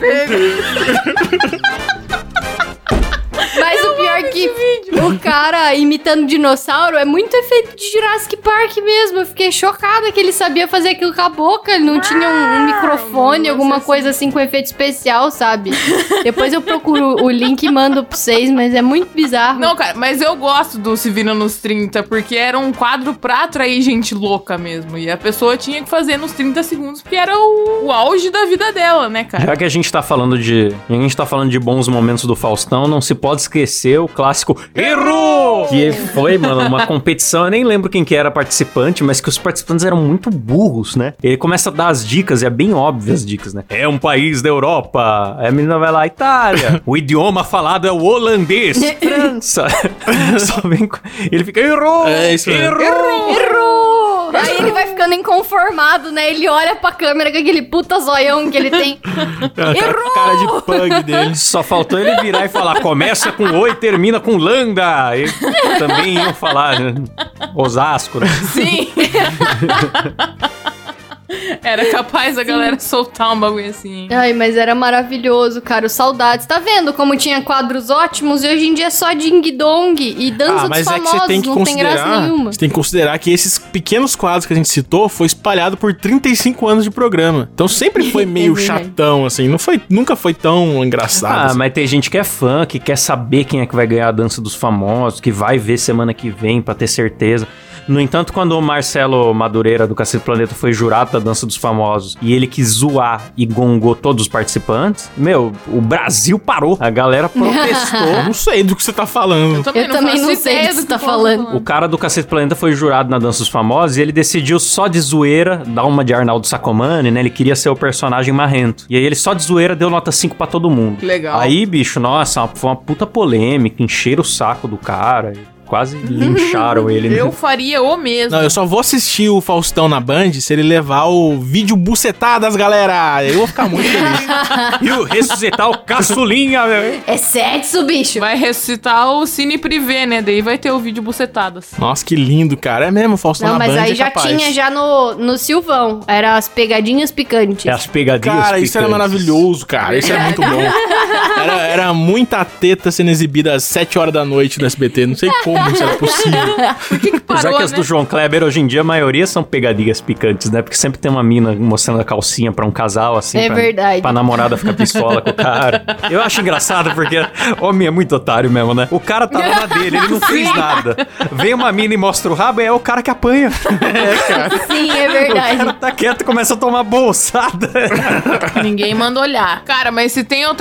Mas o pior que o cara imitando dinossauro é muito efeito de Jurassic Park mesmo. Eu fiquei chocada que ele sabia fazer aquilo com a boca. Ele não tinha um microfone, alguma coisa assim com efeito especial, sabe? Depois eu procuro o link e mando pra vocês, mas é muito bizarro. Não, cara, mas eu gosto do Se Vira nos 30, porque era um quadro pra atrair gente louca mesmo. E a pessoa tinha que fazer nos 30 segundos, porque era o auge da vida dela, né, cara? Já que a gente tá falando de bons momentos do Faustão, não se pode esquecer o clássico Errou! Que foi, mano, uma competição, eu nem lembro quem que era participante, mas que os participantes eram muito burros, né? Ele começa a dar as dicas, e é bem óbvio as dicas, né? É um país da Europa, aí a menina vai lá, Itália, o idioma falado é o holandês, França. Só vem com... Ele fica, errou! É isso mesmo. Errou! Aí ele vai ficando inconformado, né? Ele olha pra câmera com aquele puta zoião que ele tem. Errou! Cara de pug dele. Só faltou ele virar e falar, começa com o e termina com landa. E também iam falar, né? Osasco, né? Sim! Era capaz a galera soltar um bagulho assim. Ai, mas era maravilhoso, cara. Saudades. Tá vendo como tinha quadros ótimos e hoje em dia é só ding-dong e dança dos famosos. Não tem graça nenhuma. Você tem que considerar que esses pequenos quadros que a gente citou foi espalhado por 35 anos de programa. Então sempre foi meio chatão, assim. Nunca foi tão engraçado. Assim. Mas tem gente que é fã, que quer saber quem é que vai ganhar a dança dos famosos, que vai ver semana que vem pra ter certeza. No entanto, quando o Marcelo Madureira do Cacete Planeta foi jurado da Dança dos Famosos e ele quis zoar e gongou todos os participantes, o Brasil parou. A galera protestou. Eu não sei do que você tá falando. Eu também não sei do que você tá falando. O cara do Cacete Planeta foi jurado na Dança dos Famosos e ele decidiu só de zoeira dar uma de Arnaldo Sacomani, né? Ele queria ser o personagem marrento. E aí ele só de zoeira deu nota 5 pra todo mundo. Que legal. Aí, bicho, nossa, foi uma puta polêmica, encheram o saco do cara. Quase lincharam ele. Né? Eu faria o mesmo. Não, eu só vou assistir o Faustão na Band se ele levar o vídeo bucetadas, galera. Eu vou ficar muito feliz. E o ressuscitar o caçulinha, meu. É sexo, bicho. Vai ressuscitar o Cine Privé, né? Daí vai ter o vídeo bucetadas. Nossa, que lindo, cara. É mesmo, o Faustão na Band. Não, mas aí já capaz. tinha já no Silvão. Era as pegadinhas picantes. É as pegadinhas Cara, picantes. isso era maravilhoso, cara. Isso é muito bom. Era muita teta sendo exibida às 7 horas da noite no SBT. Não sei como isso era possível. Por que parou, Apesar que as né? do João Kleber, hoje em dia, a maioria são pegadinhas picantes, né? Porque sempre tem uma mina mostrando a calcinha pra um casal, assim. É verdade. Pra namorada ficar pistola com o cara. Eu acho engraçado, porque homem é muito otário mesmo, né? O cara tá lá na dele, ele não fez nada. Vem uma mina e mostra o rabo, é o cara que apanha. Sim, é verdade. O cara tá quieto e começa a tomar bolsada. Ninguém manda olhar. Cara, mas se tem outra parada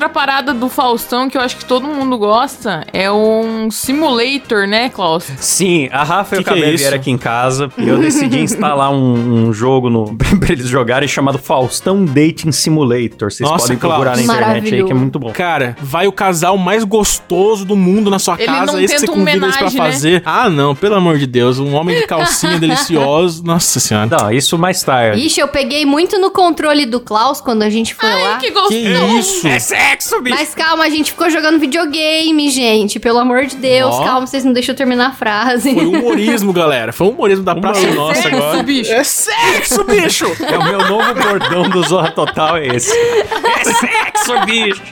parada do Faustão que eu acho que todo mundo gosta é um simulator, né, Klaus? Sim, a Rafa e o Que é Cabé isso? vieram aqui em casa e eu decidi instalar um jogo pra eles jogarem chamado Faustão Dating Simulator. Vocês Nossa, podem procurar na Klaus. internet aí, Maravilhoso. que é muito bom. Cara, vai o casal mais gostoso do mundo na sua Ele casa, não esse que você tenta convida eles pra homenagem, né? fazer. Ah, não, pelo amor de Deus, um homem de calcinha delicioso. Nossa senhora. Não, isso mais tarde. Ixi, eu peguei muito no controle do Klaus quando a gente foi lá. Ai, que gostoso. Que isso? É sexo, bicho! Mas calma, a gente ficou jogando videogame, gente. Pelo amor de Deus, Ó. calma, vocês não deixam eu terminar a frase. Foi humorismo, galera. Foi humorismo da Praça Nossa Sexo, agora. bicho. É sexo, bicho! É o meu novo bordão do Zorra Total, é esse. É sexo, bicho!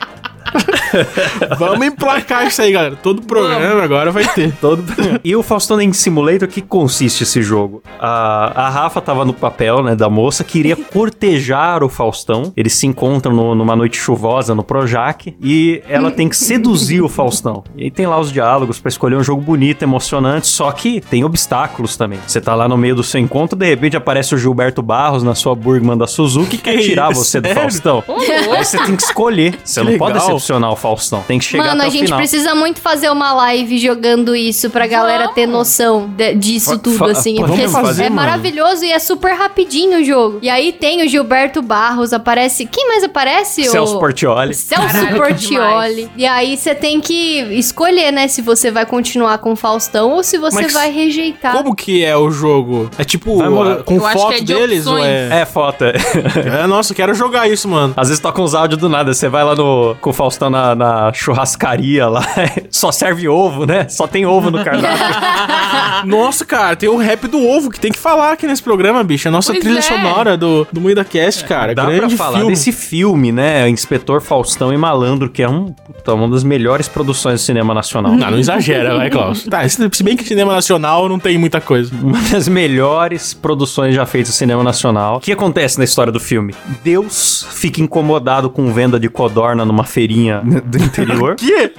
Vamos emplacar isso aí, galera. Todo programa agora vai ter. Todo... E o Faustão Dating Simulator, o que consiste esse jogo? A Rafa tava no papel, né, da moça, queria cortejar o Faustão. Eles se encontram numa noite chuvosa no Projac e ela tem que seduzir o Faustão. E aí tem lá os diálogos pra escolher um jogo bonito, emocionante, só que tem obstáculos também. Você tá lá no meio do seu encontro, de repente aparece o Gilberto Barros na sua Burgman da Suzuki que quer tirar isso? você do Sério? Faustão. Aí você tem que escolher. Você não pode legal. decepcionar o Faustão. Tem que chegar Mano, até a o gente final. precisa muito fazer uma live jogando isso pra galera ter noção disso tudo, assim. Vamos Porque fazer, é mano. maravilhoso e é super rapidinho o jogo. E aí tem o Gilberto Barros, aparece... Quem mais aparece? Celso Portiolli. Celso Caraca, Portiolli. demais. E aí você tem que escolher, né? Se você vai continuar com o Faustão ou se você Mas vai rejeitar. Como que é o jogo? É tipo, Vai morrer. com Eu acho que foto é de deles? Ou opções. é... É, foto. É, nossa, eu quero jogar isso, mano. Às vezes toca uns áudios do nada. Você vai lá com o Faustão na churrascaria lá. Só serve ovo, né? Só tem ovo no cardápio. Nossa, cara, tem o rap do ovo que tem que falar aqui nesse programa, bicho. A nossa Pois trilha é. sonora do Moída Cast, cara. Dá grande pra falar filme. desse filme, né? Inspetor Faustão e Malandro, que é uma das melhores produções do cinema nacional. Não exagera, vai, Klaus. Tá, se bem que cinema nacional não tem muita coisa. Uma das melhores produções já feitas no cinema nacional. O que acontece na história do filme? Deus fica incomodado com venda de codorna numa feirinha do interior. Que?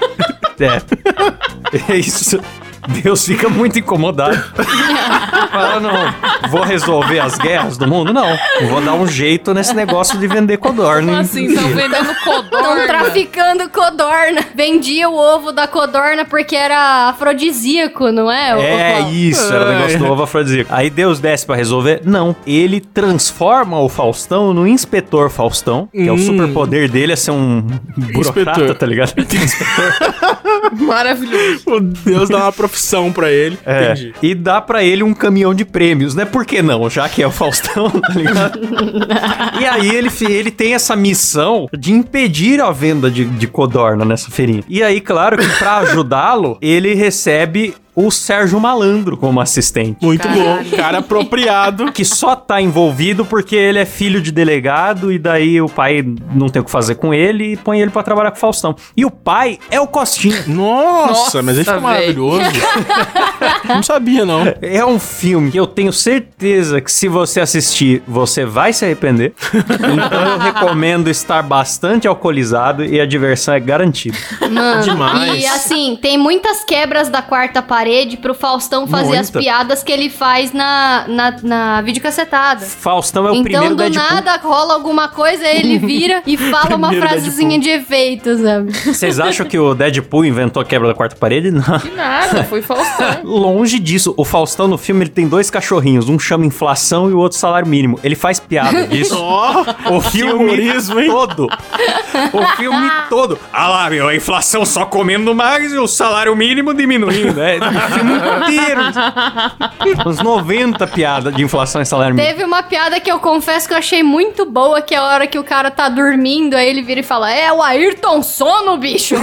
É isso. Deus fica muito incomodado. Fala, não, vou resolver as guerras do mundo? Não. Vou dar um jeito nesse negócio de vender codorna. Como assim? Estão vendendo Estão codorna? traficando codorna. Vendia o ovo da codorna porque era afrodisíaco, não é? É Klaus? isso, era o negócio do ovo afrodisíaco. Aí Deus desce pra resolver? Não. Ele transforma o Faustão no Inspetor Faustão, que é o superpoder dele, é ser um burocrata, Inspetor. tá ligado? Maravilhoso. O Deus dá uma profissão pra ele. É, Entendi. e dá pra ele um caminhão de prêmios, né? Por que não? Já que é o Faustão, tá ligado? E aí ele tem essa missão de impedir a venda de codorna nessa feirinha. E aí, claro que pra ajudá-lo, ele recebe o Sérgio Malandro como assistente. Muito Caralho. bom. Cara apropriado. Que só tá envolvido porque ele é filho de delegado e daí o pai não tem o que fazer com ele e põe ele pra trabalhar com o Faustão. E o pai é o Costinha. Nossa, mas ele ficou Nossa, maravilhoso. Não sabia, não. É um filme que eu tenho certeza que se você assistir, você vai se arrepender. Então eu recomendo estar bastante alcoolizado e a diversão é garantida. Mano, Demais. E assim, tem muitas quebras da quarta parede pro Faustão fazer as Muita. piadas que ele faz na videocassetada. Faustão é o Então, primeiro do Deadpool. nada, rola alguma coisa, ele vira e fala uma Primeiro frasezinha de efeito, sabe? Vocês acham que o Deadpool inventou a quebra da quarta parede? Não. Que nada, foi Faustão. Longe disso. O Faustão no filme ele tem dois cachorrinhos. Um chama inflação e o outro salário mínimo. Ele faz piada disso. Ó, O filme humorismo, hein? todo. O filme todo. Ah lá, meu, a inflação só comendo mais e o salário mínimo diminuindo, né? O filme inteiro. Uns 90 piadas de inflação e salário mínimo. Teve uma piada que eu confesso que eu achei muito boa, que é a hora que o cara tá dormindo, aí ele vira e fala, é o Ayrton Sono, bicho.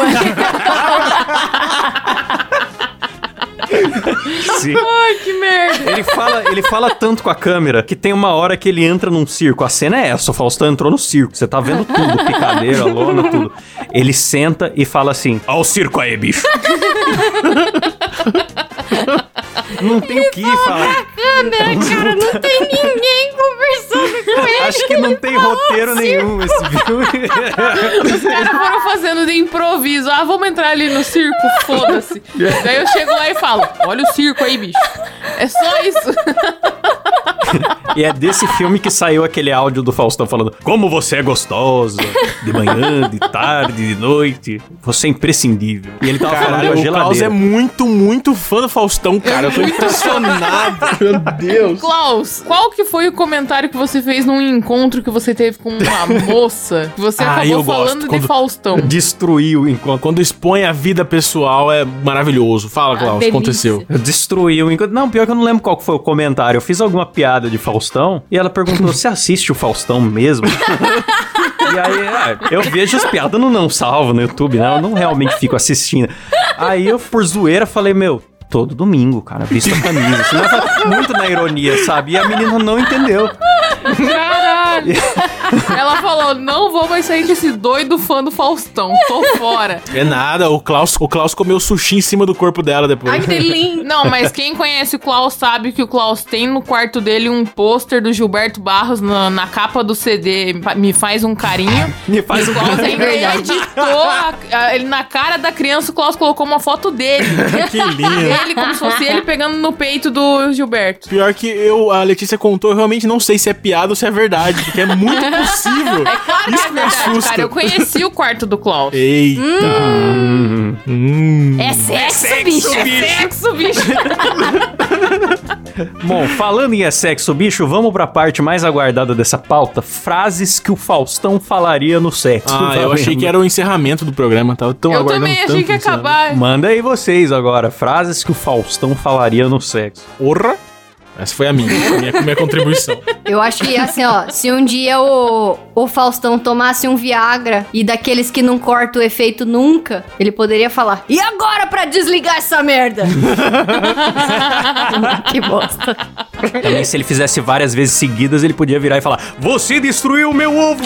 Sim. Ai, que merda. Ele fala tanto com a câmera que tem uma hora que ele entra num circo. A cena é essa, o Faustão entrou no circo. Você tá vendo tudo, picadeira, lona, tudo. Ele senta e fala assim, ó o circo aí, bicho. Não tem o que falar. Câmera, cara, não tem ninguém conversando com ele. Acho que não tem roteiro nenhum esse filme. Os caras foram fazendo de improviso. Ah, vamos entrar ali no circo, foda-se. Daí eu chego lá e falo, olha o circo aí, bicho. É só isso. E é desse filme que saiu aquele áudio do Faustão falando: como você é gostosa, de manhã, de tarde, de noite. Você é imprescindível. E ele tava falando com a O Klaus geladeira. é muito fã do Faustão, cara. Eu tô impressionado. Meu Deus. Klaus, qual que foi o comentário que você fez num encontro que você teve com uma moça que você eu acabou gosto. falando Quando- de Faustão? Destruiu enquanto. Quando expõe a vida pessoal é maravilhoso. Fala, Klaus, o que delícia. aconteceu? Destruiu enquanto. Não, pior que eu não lembro qual que foi o comentário. Eu fiz alguma piada de Faustão e ela perguntou: você assiste o Faustão mesmo? E aí, eu vejo as piadas no Não Salvo no YouTube, né? Eu não realmente fico assistindo. Aí eu, por zoeira, falei: meu, todo domingo, cara, visto a camisa. Assim, muito na ironia, sabe? E a menina não entendeu. Caralho! Ela falou: não vou mais sair com esse doido fã do Faustão, tô fora. É nada, o Klaus comeu sushi em cima do corpo dela depois. Ai, que delícia. Não, mas quem conhece o Klaus sabe que o Klaus tem no quarto dele um pôster do Gilberto Barros na capa do CD Me Faz um Carinho. Me faz O um Klaus carinho. ainda editou, ele na cara da criança, o Klaus colocou uma foto dele. Que lindo. Ele, como se fosse ele pegando no peito do Gilberto. Pior que a Letícia contou, eu realmente não sei se é piada ou se é verdade, porque é muito possível. Claro que é verdade, cara. Eu conheci o quarto do Klaus. Eita. É sexo, bicho. Sexo, bicho. Bom, falando em sexo, bicho, vamos pra parte mais aguardada dessa pauta: frases que o Faustão falaria no sexo. Ah, eu achei que era o encerramento do programa, tava tão Eu aguardando também achei tanto que ia esse encerramento. acabar. Manda aí vocês agora, frases que o Faustão falaria no sexo. Porra! Essa foi a minha contribuição. Eu acho que, assim, ó, se um dia o Faustão tomasse um Viagra e daqueles que não corta o efeito nunca, ele poderia falar: e agora pra desligar essa merda? Que bosta. Também, se ele fizesse várias vezes seguidas, ele podia virar e falar: você destruiu o meu ovo!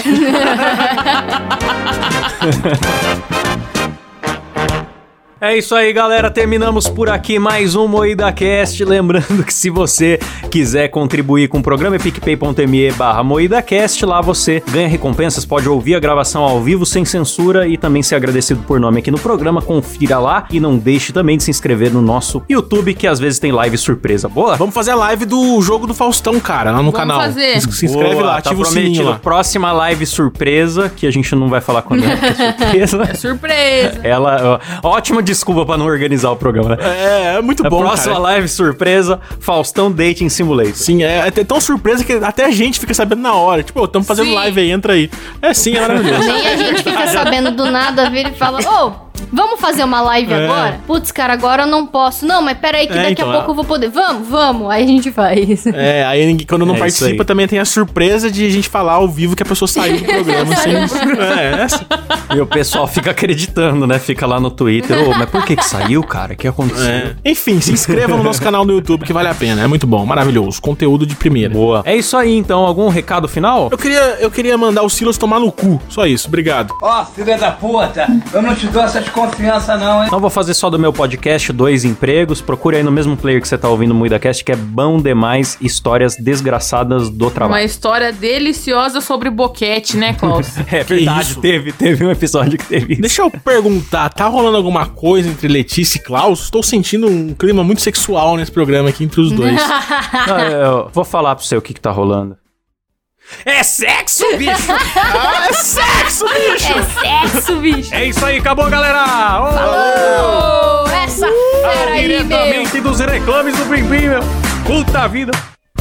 É isso aí, galera. Terminamos por aqui mais um MoídaCast. Lembrando que se você quiser contribuir com o programa, é picpay.me/MoídaCast. Lá você ganha recompensas, pode ouvir a gravação ao vivo sem censura e também ser agradecido por nome aqui no programa. Confira lá e não deixe também de se inscrever no nosso YouTube, que às vezes tem live surpresa. Boa? Vamos fazer a live do jogo do Faustão, cara, lá no canal. fazer. Se inscreve Boa, lá, tá ativa o sininho prometido. lá. Próxima live surpresa, que a gente não vai falar quando é, porque é surpresa. Surpresa. Ela, ótima desculpa pra não organizar o programa, né? É muito A bom, próxima cara. live surpresa, Faustão Dating Simulator. Sim, é tão surpresa que até a gente fica sabendo na hora. Tipo, estamos fazendo Sim. live aí, entra aí. É sim, é maravilhoso. Nem a gente fica sabendo do nada, vira e fala: ô, vamos fazer uma live agora? Putz, cara, agora eu não posso. Não, mas peraí que daqui então, a pouco eu vou poder. Vamos. Aí a gente faz. É, aí quando não É isso participa aí. também tem a surpresa de a gente falar ao vivo que a pessoa saiu do programa. sem... essa. E o pessoal fica acreditando, né? Fica lá no Twitter. Ô, mas por que saiu, cara? O que aconteceu? É. Enfim, se inscreva no nosso canal no YouTube que vale a pena. É muito bom, maravilhoso. Conteúdo de primeira. Boa. É isso aí, então. Algum recado final? Eu queria mandar o Silas tomar no cu. Só isso, obrigado. Ó, filha da puta, eu não te dou essa desconfiança não, hein? Então vou fazer só do meu podcast, 2 empregos. Procure aí no mesmo player que você tá ouvindo o MoídaCast, que é bom demais, histórias desgraçadas do trabalho. Uma história deliciosa sobre boquete, né, Klaus? É verdade, isso? teve um episódio que teve isso. Deixa eu perguntar, tá rolando alguma coisa entre Letícia e Klaus? Estou sentindo um clima muito sexual nesse programa aqui entre os dois. Não, eu vou falar pra você o que tá rolando. É sexo, bicho! É sexo, bicho! É sexo, bicho. É isso aí, acabou, galera! Ô, essa fera aí, meu. Diretamente dos reclames do Bim Bim, meu! Puta vida!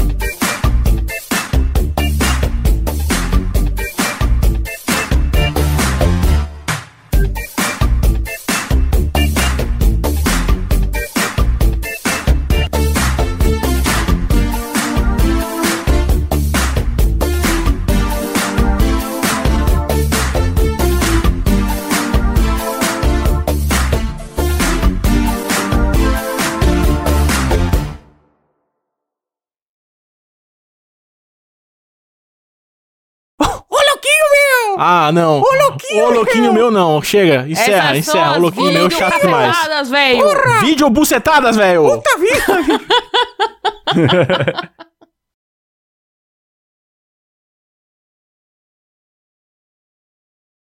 Ah, não. O louquinho meu não. Chega, encerra. Essas são O as louquinho meu é chato demais. videocafetadas, velho. Vídeo bucetadas, velho! Puta vida!